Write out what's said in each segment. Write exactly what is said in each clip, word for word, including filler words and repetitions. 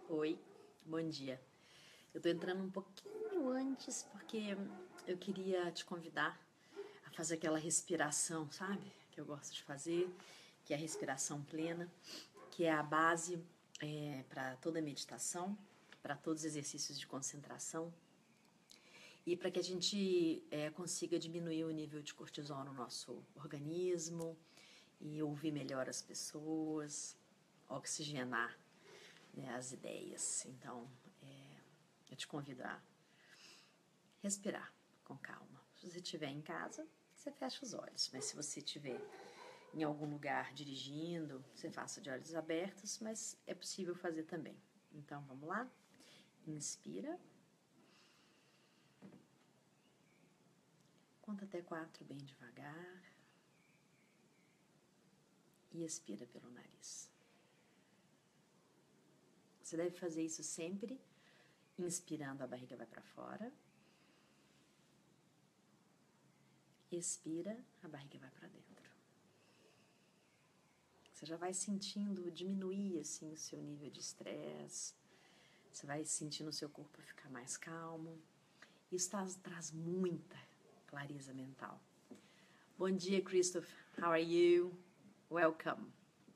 Oi, bom dia. Eu tô entrando um pouquinho antes porque eu queria te convidar a fazer aquela respiração, sabe? Que eu gosto de fazer, que é a respiração plena, que é a base é, para toda meditação, para todos os exercícios de concentração e para que a gente é, consiga diminuir o nível de cortisol no nosso organismo e ouvir melhor as pessoas, oxigenar, né, as ideias. Então, é, eu te convido a respirar com calma. Se você estiver em casa, você fecha os olhos, mas se você estiver em algum lugar dirigindo, você faça de olhos abertos, mas é possível fazer também. Então, vamos lá? Inspira. Conta até quatro bem devagar. E expira pelo nariz. Você deve fazer isso sempre, inspirando, a barriga vai para fora. Expira, a barriga vai para dentro. Você já vai sentindo diminuir assim o seu nível de estresse. Você vai sentindo o seu corpo ficar mais calmo. Isso traz, traz muita clareza mental. Bom dia, Christoph. How are you? Welcome.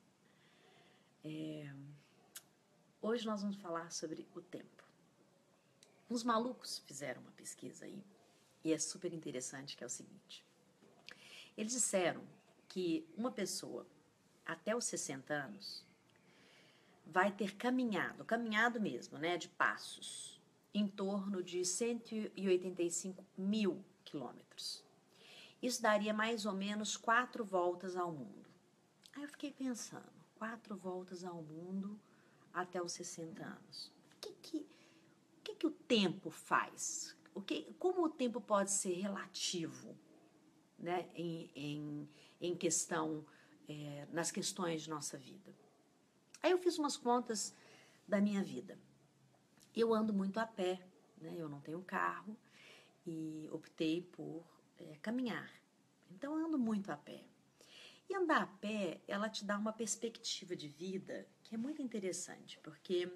É... Hoje nós vamos falar sobre o tempo. Uns malucos fizeram uma pesquisa aí e é super interessante, que é o seguinte. Eles disseram que uma pessoa até os sessenta anos vai ter caminhado, caminhado mesmo, né, de passos, em torno de cento e oitenta e cinco mil quilômetros. Isso daria mais ou menos quatro voltas ao mundo. Aí eu fiquei pensando, quatro voltas ao mundo até os sessenta anos. O que que, o que, que o tempo faz? O que, como o tempo pode ser relativo, né, em, em, em questão, é, nas questões de nossa vida? Aí eu fiz umas contas da minha vida. Eu ando muito a pé, né? Eu não tenho carro e optei por é, caminhar. Então eu ando muito a pé. E andar a pé, ela te dá uma perspectiva de vida que é muito interessante, porque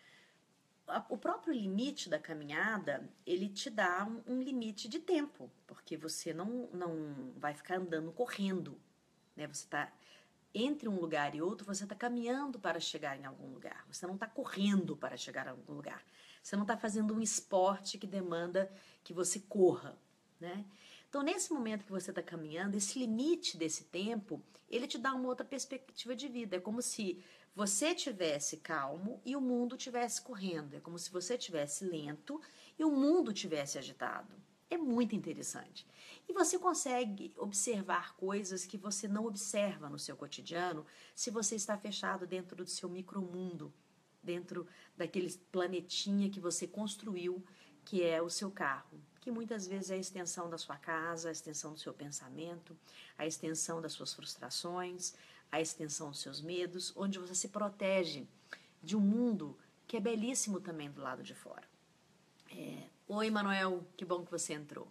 a, o próprio limite da caminhada, ele te dá um, um limite de tempo, porque você não, não vai ficar andando correndo, né? Você está entre um lugar e outro, você está caminhando para chegar em algum lugar. Você não está correndo para chegar a algum lugar. Você não está fazendo um esporte que demanda que você corra, né? Então, nesse momento que você está caminhando, esse limite desse tempo, ele te dá uma outra perspectiva de vida. É como se você tivesse calmo e o mundo tivesse correndo. É como se você tivesse lento e o mundo tivesse agitado. É muito interessante. E você consegue observar coisas que você não observa no seu cotidiano se você está fechado dentro do seu micromundo, dentro daquele planetinha que você construiu, que é o seu carro, que muitas vezes é a extensão da sua casa, a extensão do seu pensamento, a extensão das suas frustrações, a extensão dos seus medos, onde você se protege de um mundo que é belíssimo também do lado de fora. É, Oi, Manuel, que bom que você entrou.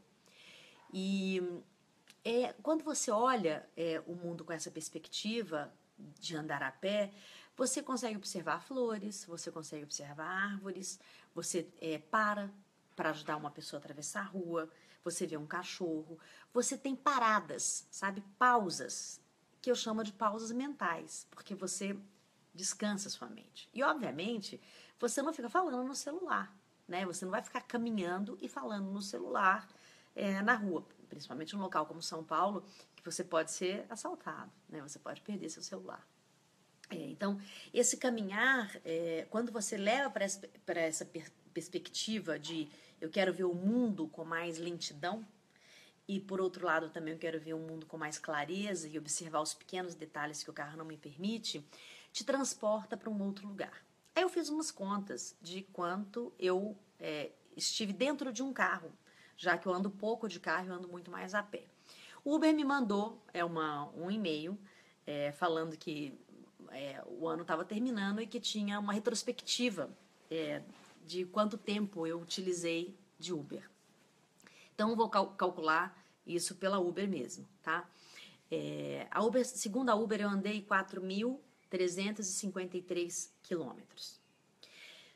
E é, quando você olha é, o mundo com essa perspectiva de andar a pé, você consegue observar flores, você consegue observar árvores, você é, para para ajudar uma pessoa a atravessar a rua, você vê um cachorro, você tem paradas, sabe, pausas, que eu chamo de pausas mentais, porque você descansa sua mente. E, obviamente, você não fica falando no celular, né? Você não vai ficar caminhando e falando no celular é, na rua, principalmente num local como São Paulo, que você pode ser assaltado, né? Você pode perder seu celular. É, então, esse caminhar, é, quando você leva para essa, para essa per perspectiva de eu quero ver o mundo com mais lentidão, e por outro lado também eu quero ver um mundo com mais clareza e observar os pequenos detalhes que o carro não me permite, te transporta para um outro lugar. Aí eu fiz umas contas de quanto eu é, estive dentro de um carro, já que eu ando pouco de carro, eu ando muito mais a pé. O Uber me mandou é, uma, um e-mail é, falando que é, o ano estava terminando e que tinha uma retrospectiva é, de quanto tempo eu utilizei de Uber. Então, vou cal calcular isso pela Uber mesmo, tá? É, a Uber, segundo a Uber, eu andei quatro mil trezentos e cinquenta e três quilômetros.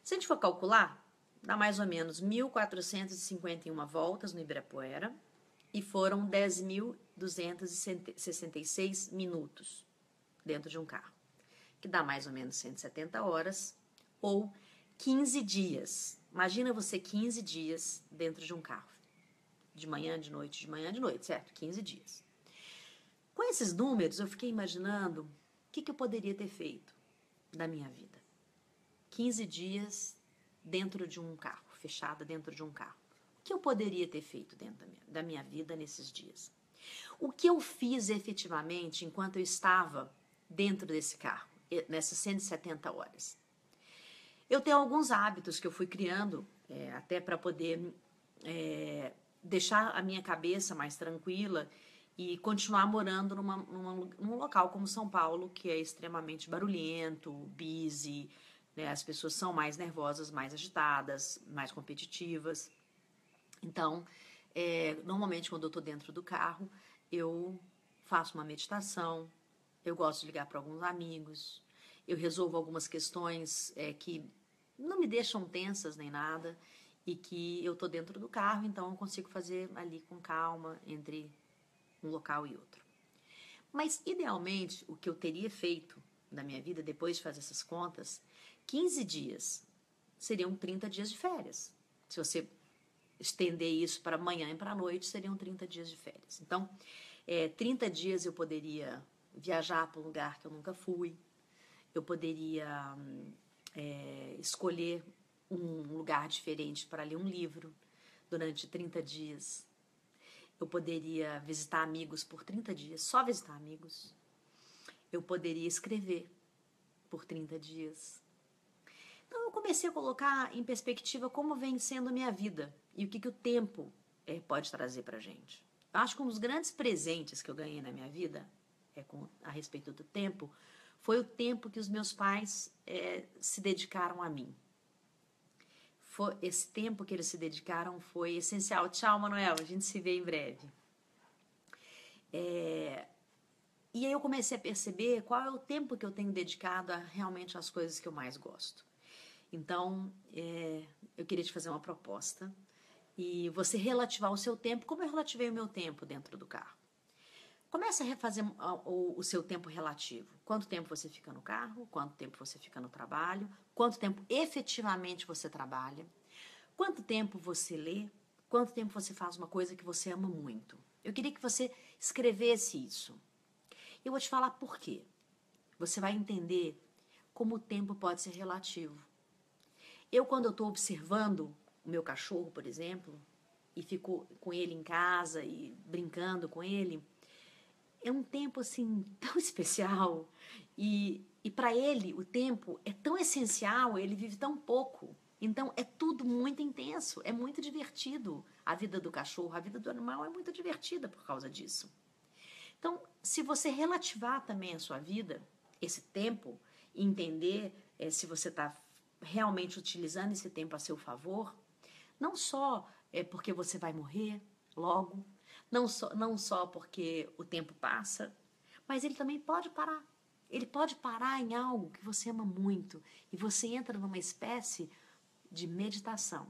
Se a gente for calcular, dá mais ou menos mil quatrocentas e cinquenta e uma voltas no Ibirapuera e foram dez mil duzentos e sessenta e seis minutos dentro de um carro, que dá mais ou menos cento e setenta horas ou quinze dias. Imagina você quinze dias dentro de um carro. De manhã, de noite, de manhã, de noite, certo? quinze dias. Com esses números, eu fiquei imaginando o que, que eu poderia ter feito da minha vida. quinze dias dentro de um carro, fechada dentro de um carro. O que eu poderia ter feito dentro da minha, da minha vida nesses dias? O que eu fiz efetivamente enquanto eu estava dentro desse carro, nessas cento e setenta horas? Eu tenho alguns hábitos que eu fui criando, é, até para poder é, deixar a minha cabeça mais tranquila e continuar morando numa, numa, num local como São Paulo, que é extremamente barulhento, busy, né? As pessoas são mais nervosas, mais agitadas, mais competitivas. Então, é, normalmente quando eu estou dentro do carro, eu faço uma meditação, eu gosto de ligar para alguns amigos, eu resolvo algumas questões é, que não me deixam tensas nem nada e que eu estou dentro do carro, então eu consigo fazer ali com calma entre um local e outro. Mas, idealmente, o que eu teria feito na minha vida, depois de fazer essas contas, quinze dias seriam trinta dias de férias. Se você estender isso para amanhã e para a noite, seriam trinta dias de férias. Então, é, trinta dias eu poderia viajar para um lugar que eu nunca fui, eu poderia é, escolher um lugar diferente para ler um livro durante trinta dias. Eu poderia visitar amigos por trinta dias, só visitar amigos. Eu poderia escrever por trinta dias. Então, eu comecei a colocar em perspectiva como vem sendo a minha vida e o que, que o tempo é, pode trazer para a gente. Eu acho que um dos grandes presentes que eu ganhei na minha vida, é, com, a respeito do tempo, foi o tempo que os meus pais é, se dedicaram a mim. Foi, esse tempo que eles se dedicaram foi essencial. Tchau, Manuel, a gente se vê em breve. É, e aí eu comecei a perceber qual é o tempo que eu tenho dedicado a realmente às coisas que eu mais gosto. Então, é, eu queria te fazer uma proposta e você relativar o seu tempo, como eu relativei o meu tempo dentro do carro. Comece a refazer o, o seu tempo relativo. Quanto tempo você fica no carro, quanto tempo você fica no trabalho, quanto tempo efetivamente você trabalha, quanto tempo você lê, quanto tempo você faz uma coisa que você ama muito. Eu queria que você escrevesse isso. Eu vou te falar por quê. Você vai entender como o tempo pode ser relativo. Eu, quando eu estou observando o meu cachorro, por exemplo, e fico com ele em casa e brincando com ele, é um tempo, assim, tão especial. E, e para ele, o tempo é tão essencial, ele vive tão pouco. Então, é tudo muito intenso, é muito divertido. A vida do cachorro, a vida do animal é muito divertida por causa disso. Então, se você relativar também a sua vida, esse tempo, e entender é, se você está realmente utilizando esse tempo a seu favor, não só é porque você vai morrer logo, não só, não só porque o tempo passa, mas ele também pode parar. Ele pode parar em algo que você ama muito e você entra numa espécie de meditação.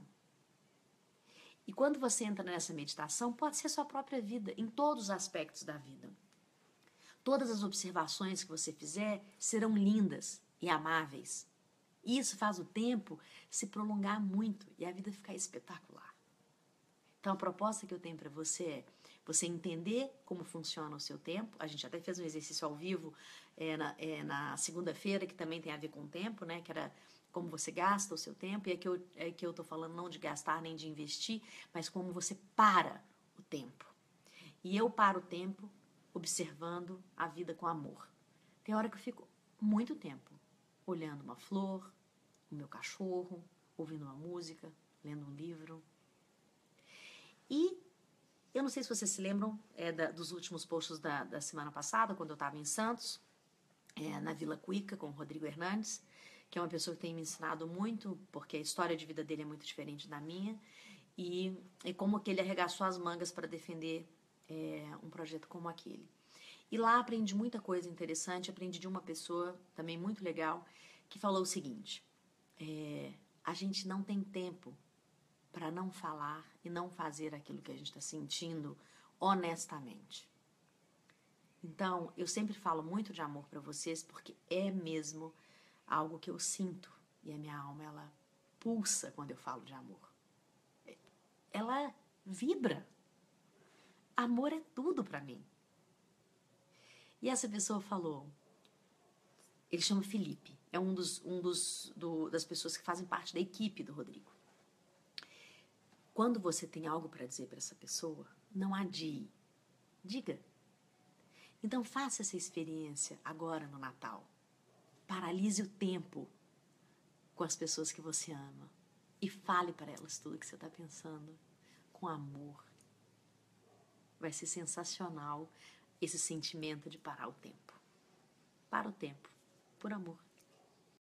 E quando você entra nessa meditação, pode ser a sua própria vida, em todos os aspectos da vida. Todas as observações que você fizer serão lindas e amáveis. E isso faz o tempo se prolongar muito e a vida ficar espetacular. Então, a proposta que eu tenho para você é você entender como funciona o seu tempo. A gente até fez um exercício ao vivo é, na, é, na segunda-feira, que também tem a ver com o tempo, né? Que era como você gasta o seu tempo. E é que eu é que eu estou falando não de gastar nem de investir, mas como você para o tempo. E eu paro o tempo observando a vida com amor. Tem hora que eu fico muito tempo olhando uma flor, o meu cachorro, ouvindo uma música, lendo um livro. E eu não sei se vocês se lembram é, da, dos últimos posts da, da semana passada, quando eu estava em Santos, é, na Vila Cuica, com o Rodrigo Hernandes, que é uma pessoa que tem me ensinado muito, porque a história de vida dele é muito diferente da minha, e, e como que ele arregaçou as mangas para defender é, um projeto como aquele. E lá aprendi muita coisa interessante, aprendi de uma pessoa também muito legal, que falou o seguinte, é, a gente não tem tempo para não falar e não fazer aquilo que a gente está sentindo honestamente. Então, eu sempre falo muito de amor para vocês porque é mesmo algo que eu sinto e a minha alma, ela pulsa quando eu falo de amor. Ela vibra. Amor é tudo para mim. E essa pessoa falou, ele chama Felipe, é um dos, um dos do, das pessoas que fazem parte da equipe do Rodrigo. Quando você tem algo para dizer para essa pessoa, não adie, diga. Então faça essa experiência agora no Natal. Paralise o tempo com as pessoas que você ama e fale para elas tudo que você está pensando com amor. Vai ser sensacional esse sentimento de parar o tempo. Para o tempo, por amor.